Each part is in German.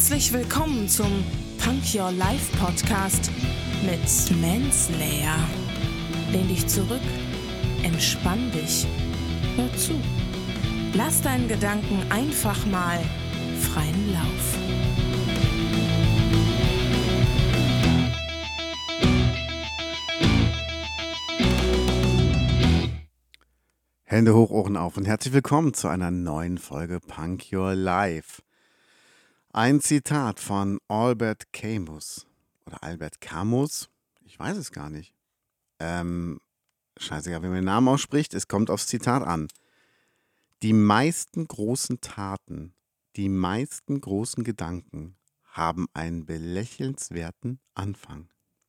Herzlich willkommen zum Punk Your Life Podcast mit Manslayer. Lehn dich zurück, entspann dich, hör zu. Lass deinen Gedanken einfach mal freien Lauf. Hände hoch, Ohren auf und herzlich willkommen zu einer neuen Folge Punk Your Life. Ein Zitat von Albert Camus oder Albert Camus, ich weiß es gar nicht. Scheißegal, wie man den Namen ausspricht, es kommt aufs Zitat an. Die meisten großen Taten, die meisten großen Gedanken haben einen belächelnswerten Anfang.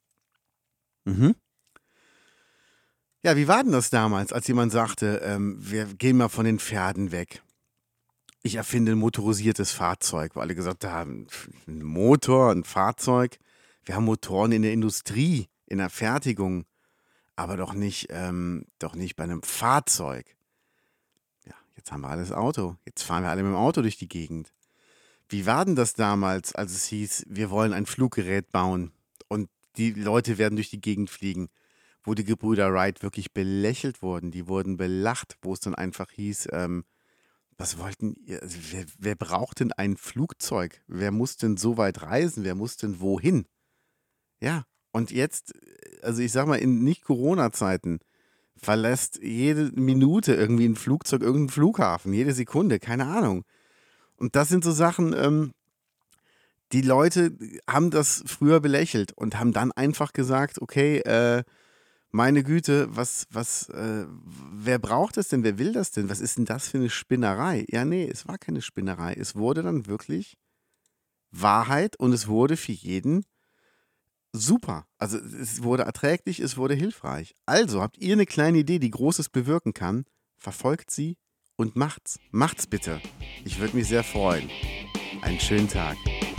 Ja, wie war denn das damals, als jemand sagte, wir gehen mal von den Pferden weg? Ich erfinde ein motorisiertes Fahrzeug, weil alle gesagt haben, ein Motor, ein Fahrzeug. Wir haben Motoren in der Industrie, in der Fertigung, aber doch nicht bei einem Fahrzeug. Ja, jetzt haben wir alles Auto. Jetzt fahren wir alle mit dem Auto durch die Gegend. Wie war denn das damals, als es hieß, wir wollen ein Fluggerät bauen und die Leute werden durch die Gegend fliegen? Wo die Gebrüder Wright wirklich belächelt wurden, die wurden belacht, wo es dann einfach hieß, was wollten ihr, also wer braucht denn ein Flugzeug? Wer muss denn so weit reisen? Wer muss denn wohin? Ja, und jetzt, also ich sag mal, in Nicht-Corona-Zeiten verlässt jede Minute irgendwie ein Flugzeug irgendeinen Flughafen, jede Sekunde, keine Ahnung. Und das sind so Sachen, die Leute haben das früher belächelt und haben dann einfach gesagt, okay, meine Güte, wer braucht das denn? Wer will das denn? Was ist denn das für eine Spinnerei? Ja, nee, es war keine Spinnerei. Es wurde dann wirklich Wahrheit und es wurde für jeden super. Also es wurde erträglich, es wurde hilfreich. Also habt ihr eine kleine Idee, die Großes bewirken kann? Verfolgt sie und macht's. Macht's bitte. Ich würde mich sehr freuen. Einen schönen Tag.